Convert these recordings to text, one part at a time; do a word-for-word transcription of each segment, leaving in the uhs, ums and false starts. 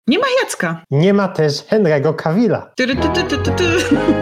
Nie ma Jacka. Nie ma też Henry'ego Cavilla. Tyry, ty, ty, ty, ty, ty.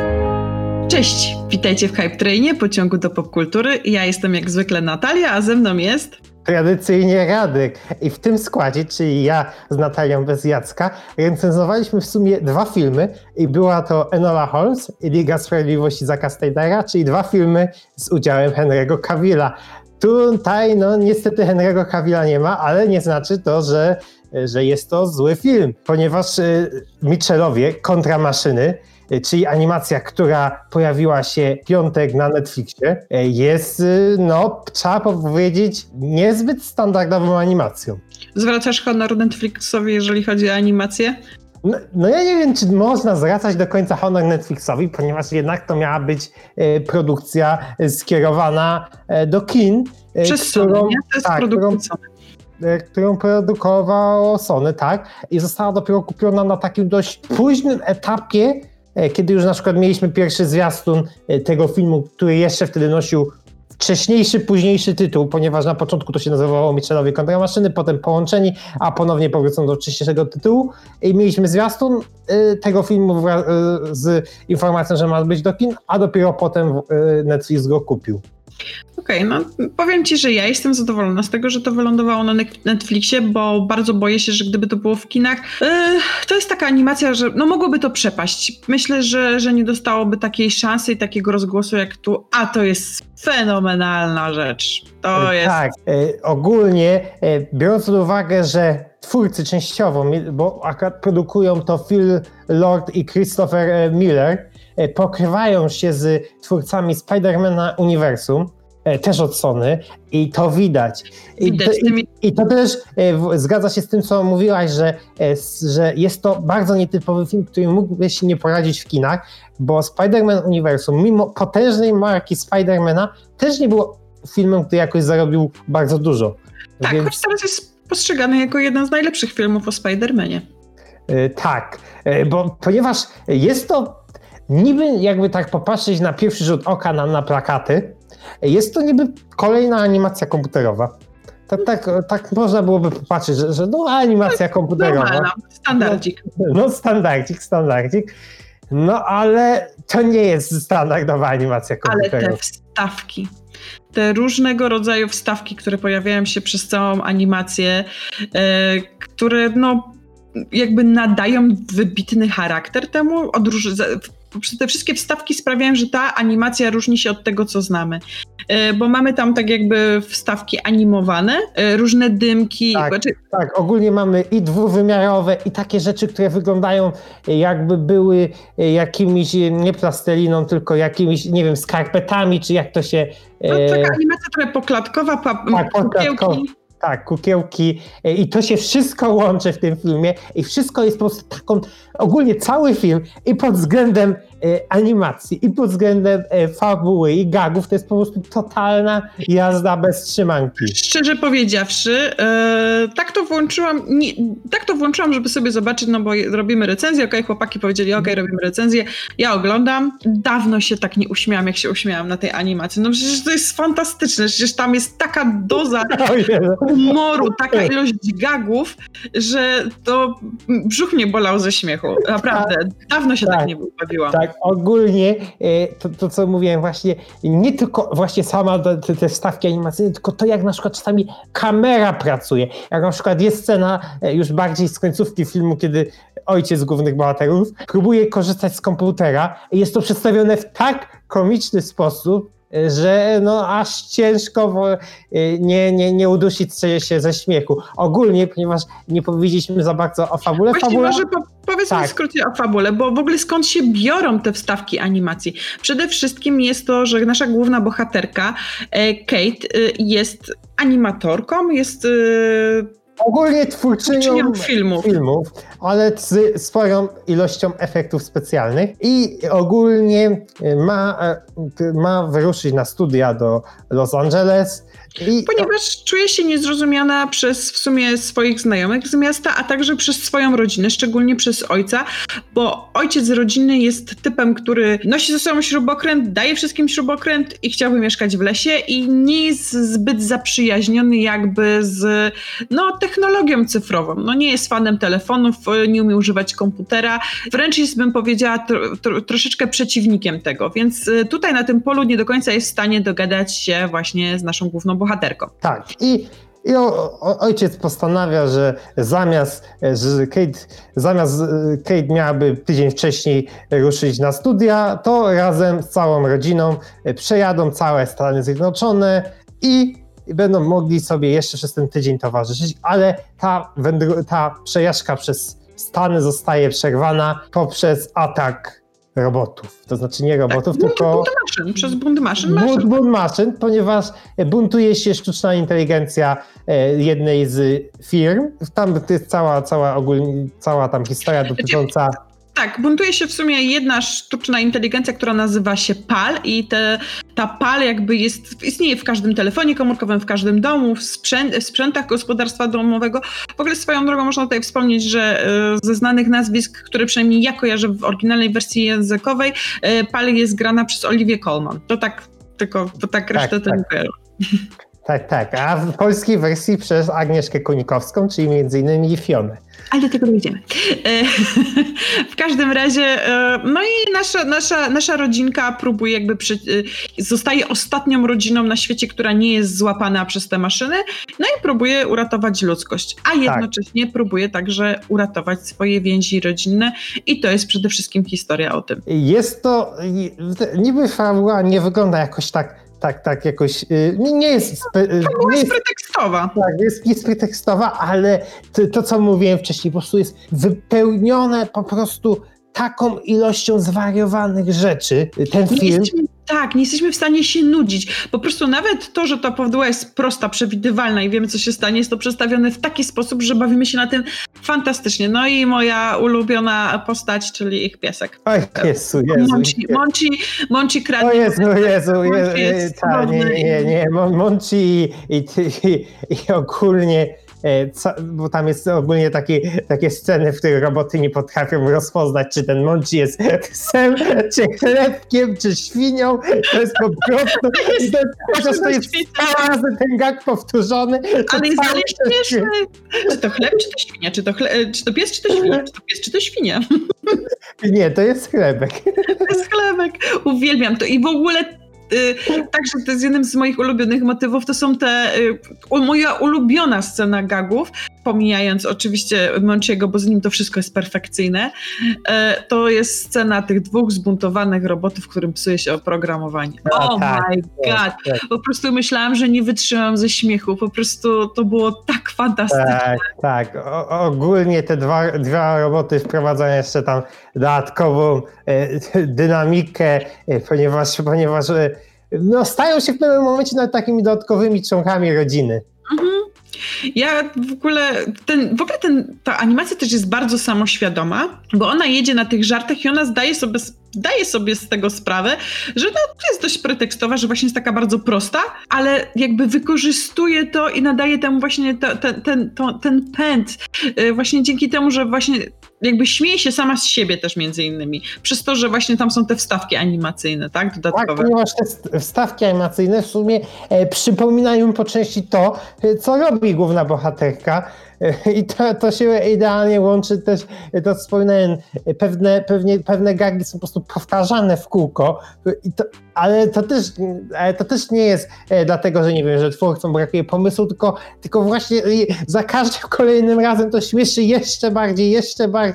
Cześć, witajcie w Hype Trainie, pociągu do popkultury. Ja jestem jak zwykle Natalia, a ze mną jest... Tradycyjnie Radek. I w tym składzie, czyli ja z Natalią bez Jacka, recenzowaliśmy w sumie dwa filmy i była to Enola Holmes i Liga Sprawiedliwości Zacka Snydera, czyli dwa filmy z udziałem Henry'ego Cavilla. Tutaj no niestety Henry'ego Cavilla nie ma, ale nie znaczy to, że, że jest to zły film, ponieważ y, Mitchellowie kontra maszyny, czyli animacja, która pojawiła się w piątek na Netflixie, jest, no, trzeba powiedzieć, niezbyt standardową animacją. Zwracasz honor Netflixowi, jeżeli chodzi o animację? No, no ja nie wiem, czy można zwracać do końca honor Netflixowi, ponieważ jednak to miała być e, produkcja skierowana e, do kin. E, Przez którą, Sony, nie? To jest tak, produkcja którą, e, którą produkowało Sony, tak? I została dopiero kupiona na takim dość późnym etapie, kiedy już na przykład mieliśmy pierwszy zwiastun tego filmu, który jeszcze wtedy nosił wcześniejszy, późniejszy tytuł, ponieważ na początku to się nazywało Mitchellowie kontra maszyny, potem Połączeni, a ponownie powrócą do wcześniejszego tytułu i mieliśmy zwiastun tego filmu z informacją, że ma być do kin, a dopiero potem Netflix go kupił. Okej, okay, no powiem ci, że ja jestem zadowolona z tego, że to wylądowało na Netflixie, bo bardzo boję się, że gdyby to było w kinach, yy, to jest taka animacja, że no mogłoby to przepaść. Myślę, że, że nie dostałoby takiej szansy i takiego rozgłosu jak tu, a to jest fenomenalna rzecz. To jest... Tak, yy, ogólnie yy, biorąc pod uwagę, że twórcy częściowo, bo akurat produkują to Phil Lord i Christopher Miller, pokrywają się z twórcami Spider-Mana Uniwersum, też od Sony, i to widać. I, widać to, i, i to też e, zgadza się z tym, co mówiłaś, że, e, że jest to bardzo nietypowy film, który mógłby się nie poradzić w kinach, bo Spider-Man Uniwersum, mimo potężnej marki Spider-Mana, też nie było filmem, który jakoś zarobił bardzo dużo. Tak, Więc... choć teraz jest postrzegany jako jeden z najlepszych filmów o Spider-Manie. E, tak, e, bo ponieważ jest to niby jakby tak popatrzeć na pierwszy rzut oka na, na plakaty, jest to niby kolejna animacja komputerowa. Tak, tak, tak można byłoby popatrzeć, że, że no animacja komputerowa. Normalna, standardzik. No, no standardzik, standardzik. No ale to nie jest standardowa animacja komputerowa. Ale te wstawki, te różnego rodzaju wstawki, które pojawiają się przez całą animację, e, które no jakby nadają wybitny charakter temu, odróż- te wszystkie wstawki sprawiają, że ta animacja różni się od tego, co znamy. Bo mamy tam tak jakby wstawki animowane, różne dymki. Tak, znaczy... tak, ogólnie mamy i dwuwymiarowe, i takie rzeczy, które wyglądają jakby były jakimiś, nie plasteliną, tylko jakimiś, nie wiem, skarpetami, czy jak to się... No taka animacja trochę poklatkowa, pa- tak, poklatkowa. Tak, kukiełki i to się wszystko łączy w tym filmie i wszystko jest po prostu taką, ogólnie cały film i pod względem e, animacji, i pod względem e, fabuły i gagów to jest po prostu totalna jazda bez trzymanki. Szczerze powiedziawszy, e, tak to włączyłam, nie, tak to włączyłam, żeby sobie zobaczyć, no bo robimy recenzję, okej, okay, chłopaki powiedzieli, okej, okay, robimy recenzję, ja oglądam, dawno się tak nie uśmiałam, jak się uśmiałam na tej animacji, no przecież to jest fantastyczne, przecież tam jest taka doza humoru, taka ilość gagów, że to brzuch mnie bolał ze śmiechu. Naprawdę, dawno się tak, tak nie bawiłam. Tak, ogólnie to, to, co mówiłem właśnie, nie tylko właśnie sama te, te wstawki animacyjne, tylko to, jak na przykład czasami kamera pracuje. Jak na przykład jest scena już bardziej z końcówki filmu, kiedy ojciec głównych bohaterów próbuje korzystać z komputera i jest to przedstawione w tak komiczny sposób, że no aż ciężko nie, nie, nie udusić się ze śmiechu. Ogólnie, ponieważ nie powiedzieliśmy za bardzo o fabule. Właśnie Fabula... może po, powiedzmy tak. w skrócie o fabule, bo w ogóle skąd się biorą te wstawki animacji? Przede wszystkim jest to, że nasza główna bohaterka Kate jest animatorką, jest... Ogólnie twórczynią filmów. filmów, ale z sporą ilością efektów specjalnych i ogólnie ma, ma wyruszyć na studia do Los Angeles I Ponieważ to... czuję się niezrozumiana przez w sumie swoich znajomych z miasta, a także przez swoją rodzinę, szczególnie przez ojca, bo ojciec rodziny jest typem, który nosi ze sobą śrubokręt, daje wszystkim śrubokręt i chciałby mieszkać w lesie i nie jest zbyt zaprzyjaźniony jakby z no, technologią cyfrową. No, nie jest fanem telefonów, nie umie używać komputera, wręcz jest, bym powiedziała, tro, tro, troszeczkę przeciwnikiem tego, więc tutaj na tym polu nie do końca jest w stanie dogadać się właśnie z naszą główną bohaterką. Tak, i, i o, o, ojciec postanawia, że zamiast, że Kate, zamiast Kate miałaby tydzień wcześniej ruszyć na studia, to razem z całą rodziną przejadą całe Stany Zjednoczone i będą mogli sobie jeszcze przez ten tydzień towarzyszyć, ale ta, wędru, ta przejażdżka przez Stany zostaje przerwana poprzez atak robotów. To znaczy nie robotów, tak, tylko... Bunt maszyn, przez bunt maszyn. Bunt, bunt maszyn, ponieważ buntuje się sztuczna inteligencja jednej z firm. Tam jest cała, cała, ogólnie, cała tam historia dotycząca... Tak, buntuje się w sumie jedna sztuczna inteligencja, która nazywa się P A L i te, ta P A L jakby jest, istnieje w każdym telefonie komórkowym, w każdym domu, w, sprzęt, w sprzętach gospodarstwa domowego. W ogóle swoją drogą można tutaj wspomnieć, że ze znanych nazwisk, które przynajmniej ja kojarzę w oryginalnej wersji językowej, P A L jest grana przez Olivię Colman. To tak, tylko to tak resztę tak, to nie kojarzę. Tak, tak, a w polskiej wersji przez Agnieszkę Kunikowską, czyli między innymi Fionę. Ale do tego dojdziemy. W każdym razie, no i nasza, nasza, nasza rodzinka próbuje jakby, przy, zostaje ostatnią rodziną na świecie, która nie jest złapana przez te maszyny, no i próbuje uratować ludzkość, a jednocześnie tak. próbuje także uratować swoje więzi rodzinne i to jest przede wszystkim historia o tym. Jest to, niby fabuła nie wygląda jakoś tak Tak, tak, jakoś nie, nie jest... Spe, nie jest pretekstowa. Tak, jest, jest pretekstowa, ale to, to, co mówiłem wcześniej, po prostu jest wypełnione po prostu taką ilością zwariowanych rzeczy, ten nie film. Jesteśmy, tak, nie jesteśmy w stanie się nudzić. Po prostu nawet to, że ta fabuła jest prosta, przewidywalna i wiemy, co się stanie, jest to przedstawione w taki sposób, że bawimy się na tym fantastycznie. No i moja ulubiona postać, czyli ich piesek. Oj, Jezu, Jezu. Monci, Monci, Monci kradnie. O Jezu, Jezu, Jezu, Jezu ta, nie, nie, nie, Monci i, i, i, i ogólnie Co, bo tam jest ogólnie takie, takie sceny, w których roboty nie potrafią rozpoznać, czy ten Monci jest psem, czy chlebkiem, czy świnią. To jest po prostu... I to, chociaż to jest dwa razy ten gag powtórzony. Ale jest dalej śmieszny. Czy to chleb, czy to świnia? Czy to, chle, czy to pies, czy to świnia? Czy to pies, czy to świnia? Nie, to jest chlebek. To jest chlebek. Uwielbiam to. I w ogóle także to jest jednym z moich ulubionych motywów, to są te, moja ulubiona scena gagów, pomijając oczywiście Monchiego, bo z nim to wszystko jest perfekcyjne, to jest scena tych dwóch zbuntowanych robotów, którym psuje się oprogramowanie. Oh tak, my god! Tak, tak. Po prostu myślałam, że nie wytrzymam ze śmiechu, po prostu to było tak fantastyczne. Tak, tak. O, ogólnie te dwa, dwa roboty wprowadzają jeszcze tam dodatkową e, dynamikę, e, ponieważ, ponieważ e, no, stają się w pewnym momencie nawet takimi dodatkowymi członkami rodziny. Mhm. Ja w ogóle, ten, w ogóle ten, ta animacja też jest bardzo samoświadoma, bo ona jedzie na tych żartach i ona zdaje sobie, zdaje sobie z tego sprawę, że no, jest dość pretekstowa, że właśnie jest taka bardzo prosta, ale jakby wykorzystuje to i nadaje temu właśnie to, ten, ten, to, ten pęd, właśnie dzięki temu, że właśnie jakby śmieje się sama z siebie też między innymi, przez to, że właśnie tam są te wstawki animacyjne, tak, dodatkowe. Tak, ponieważ te wstawki animacyjne w sumie e, przypominają po części to, co robi główna bohaterka e, i to, to się idealnie łączy też, to wspominałem, pewne, pewnie, pewne gagi są po prostu powtarzane w kółko, i to, ale, to też, ale to też nie jest e, dlatego, że nie wiem, że twórcom brakuje pomysłu, tylko, tylko właśnie za każdym kolejnym razem to śmieszy jeszcze bardziej, jeszcze bardziej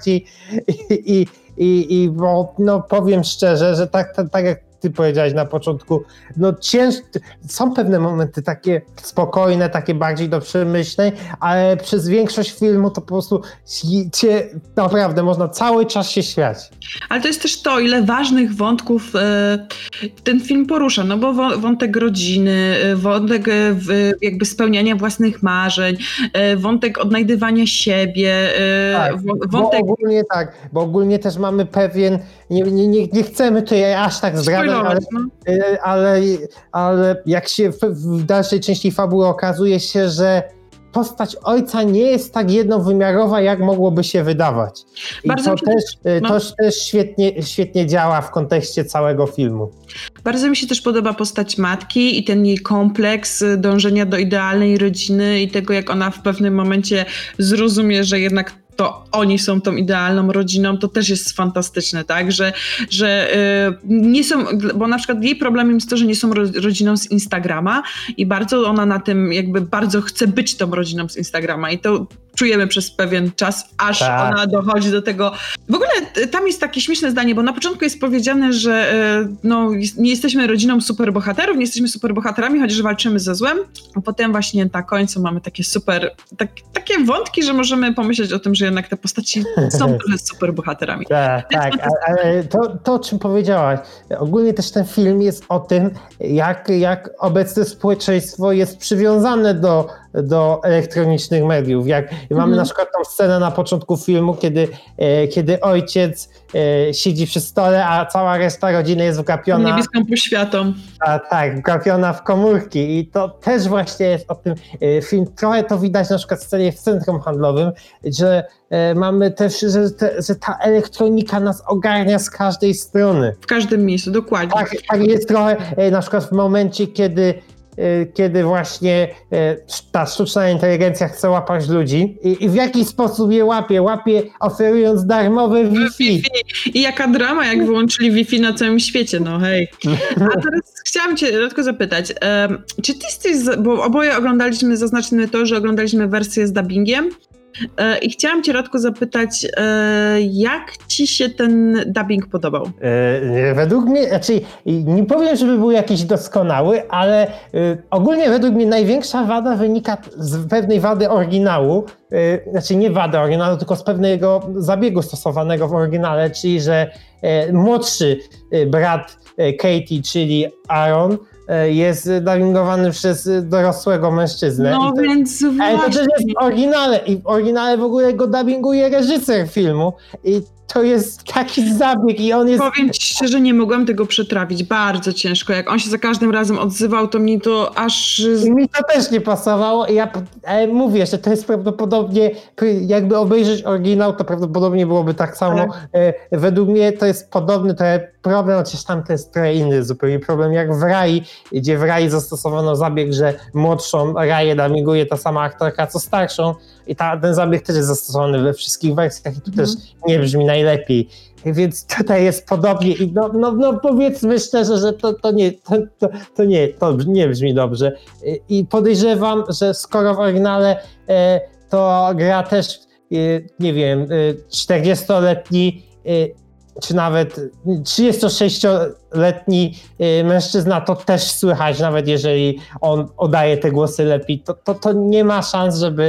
i, i, i, i bo no powiem szczerze, że tak, tak, tak jak ty powiedziałeś na początku, no ciężko, są pewne momenty takie spokojne, takie bardziej do przemyśleń, ale przez większość filmu to po prostu cię, naprawdę można cały czas się śmiać. Ale to jest też to, ile ważnych wątków e, ten film porusza, no bo wątek rodziny, wątek e, jakby spełniania własnych marzeń, e, wątek odnajdywania siebie, e, tak, wątek... Bo ogólnie tak, bo ogólnie też mamy pewien, nie, nie, nie, nie chcemy tutaj aż tak zdradzać, żałować. No. Ale, ale, ale jak się w, w dalszej części fabuły okazuje się, że postać ojca nie jest tak jednowymiarowa, jak mogłoby się wydawać. I Bardzo to, też, no. to też świetnie, świetnie działa w kontekście całego filmu. Bardzo mi się też podoba postać matki i ten jej kompleks dążenia do idealnej rodziny i tego, jak ona w pewnym momencie zrozumie, że jednak to oni są tą idealną rodziną, to też jest fantastyczne, tak, że, że yy, nie są, bo na przykład jej problemem jest to, że nie są ro, rodziną z Instagrama i bardzo ona na tym jakby bardzo chce być tą rodziną z Instagrama i to czujemy przez pewien czas, aż tak. ona dochodzi do tego. W ogóle tam jest takie śmieszne zdanie, bo na początku jest powiedziane, że yy, no, nie jesteśmy rodziną superbohaterów, nie jesteśmy superbohaterami, chociaż walczymy ze złem, a potem właśnie na końcu mamy takie super, tak, takie wątki, że możemy pomyśleć o tym, że jednak te postaci są super bohaterami. Tak, tak, ale to, to, o czym powiedziałaś, ogólnie też ten film jest o tym, jak, jak obecne społeczeństwo jest przywiązane do, do elektronicznych mediów. Jak mamy mm. na przykład tą scenę na początku filmu, kiedy, e, kiedy ojciec e, siedzi przy stole, a cała reszta rodziny jest wgapiona... Niebieską poświatą. A, tak, wgapiona w komórki i to też właśnie jest o tym e, film. Trochę to widać na przykład w scenie w centrum handlowym, że e, mamy też, że, te, że ta elektronika nas ogarnia z każdej strony. W każdym miejscu, dokładnie. Tak, tak jest trochę e, na przykład w momencie, kiedy kiedy właśnie ta sztuczna inteligencja chce łapać ludzi i, i w jaki sposób je łapie? Łapie oferując darmowe Wi-Fi. I jaka drama, jak wyłączyli Wi-Fi na całym świecie, no hej. A teraz chciałam cię tylko zapytać, um, czy ty jesteś, bo oboje oglądaliśmy, zaznaczmy to, że oglądaliśmy wersję z dubbingiem, i chciałam cię, Radku, zapytać, jak ci się ten dubbing podobał? Według mnie, znaczy nie powiem, żeby był jakiś doskonały, ale ogólnie według mnie największa wada wynika z pewnej wady oryginału, znaczy nie wady oryginału, tylko z pewnego zabiegu stosowanego w oryginale, czyli że młodszy brat Katie, czyli Aaron, jest dubbingowany przez dorosłego mężczyznę. No to, więc właśnie. Ale to też jest w oryginale i w oryginale w ogóle go dubbinguje reżyser filmu i to jest taki zabieg i on jest... Powiem ci szczerze, nie mogłam tego przetrawić. Bardzo ciężko. Jak on się za każdym razem odzywał, to mi to aż... I mi to też nie pasowało. Ja ale mówię, że to jest prawdopodobnie, jakby obejrzeć oryginał, to prawdopodobnie byłoby tak samo. Ale... Według mnie to jest podobny trochę problem, chociaż tam to jest trochę inny zupełnie problem, jak w Rai, gdzie w Rai zastosowano zabieg, że młodszą Raję dubbinguje ta sama aktorka, co starszą i ta, ten zabieg też jest zastosowany we wszystkich wersjach i tu mm. też nie brzmi najlepiej. Więc tutaj jest podobnie i no, no, no powiedzmy szczerze, że to, to, nie, to, to, to, nie, to nie brzmi dobrze. I podejrzewam, że skoro w oryginale e, to gra też, e, nie wiem, czterdziestoletni e, czy nawet trzydziestosześcioletni mężczyzna, to też słychać, nawet jeżeli on oddaje te głosy lepiej, to, to, to nie ma szans, żeby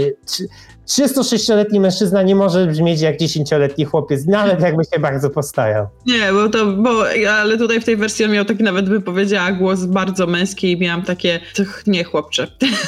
trzydziestosześcioletni mężczyzna nie może brzmieć jak dziesięcioletni chłopiec, nawet jakby się bardzo postarał. Nie, bo to, bo, ale tutaj w tej wersji on miał taki, nawet by powiedziała, głos bardzo męski i miałam takie, nie chłopcze,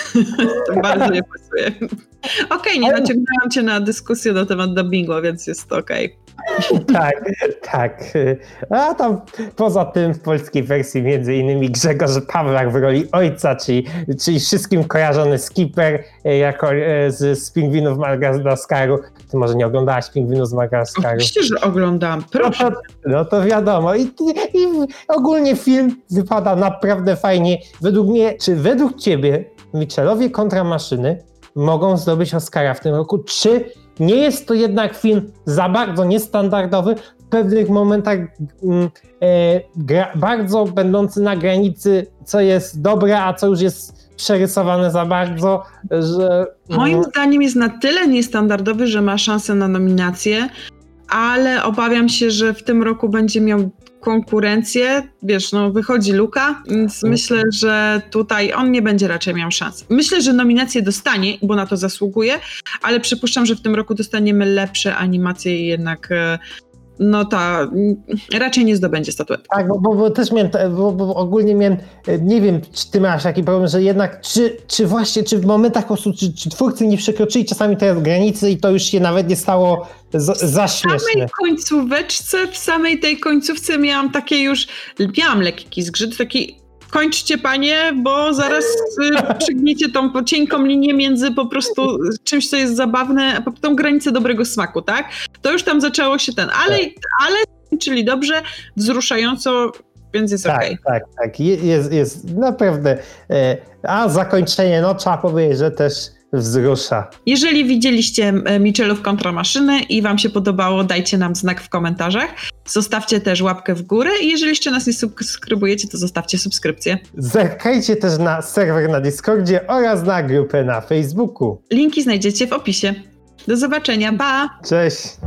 to bardzo nie pasuje. Okej, okay, nie naciągnęłam cię na dyskusję na temat dubbingu, więc jest to okej. Okay. Tak, tak. A tam poza tym w polskiej wersji między innymi Grzegorz Pawlak w roli ojca, czyli, czyli wszystkim kojarzony Skipper jako z, z Pingwinów Madagaskaru. Ty może nie oglądałaś Pingwinów z Madagaskaru? Oczywiście, że oglądam, proszę. No to, no to wiadomo. I, I ogólnie film wypada naprawdę fajnie. Według mnie, czy według ciebie Mitchellowie kontra maszyny mogą zdobyć Oscara w tym roku? Czy nie jest to jednak film za bardzo niestandardowy, w pewnych momentach mm, e, gra, bardzo będący na granicy, co jest dobre, a co już jest przerysowane za bardzo, że... Moim mm. zdaniem jest na tyle niestandardowy, że ma szansę na nominację, ale obawiam się, że w tym roku będzie miał konkurencję, wiesz, no wychodzi Luka, więc myślę, że tutaj on nie będzie raczej miał szans. Myślę, że nominację dostanie, bo na to zasługuje, ale przypuszczam, że w tym roku dostaniemy lepsze animacje i jednak no ta raczej nie zdobędzie statuety. Tak, bo, bo, bo też miałem, bo, bo ogólnie miałem, nie wiem, czy ty masz taki problem, że jednak, czy, czy właśnie, czy w momentach po prostu, czy, czy twórcy nie przekroczyli czasami te granice i to już się nawet nie stało z, za śmieszne. W samej końcóweczce, w samej tej końcówce miałam takie już, miałam lekki zgrzyt, taki kończcie panie, bo zaraz przygniecie tą cienką linię między po prostu czymś, co jest zabawne, a tą granicę dobrego smaku, tak? To już tam zaczęło się ten, ale, ale czyli dobrze, wzruszająco, więc jest tak, okej. Tak, tak, tak. Jest, jest naprawdę. A zakończenie, no trzeba powiedzieć, że też wzrusza. Jeżeli widzieliście Mitchellów kontra maszyny i wam się podobało, dajcie nam znak w komentarzach. Zostawcie też łapkę w górę i jeżeli jeszcze nas nie subskrybujecie, to zostawcie subskrypcję. Zerkajcie też na serwer na Discordzie oraz na grupę na Facebooku. Linki znajdziecie w opisie. Do zobaczenia, pa! Cześć!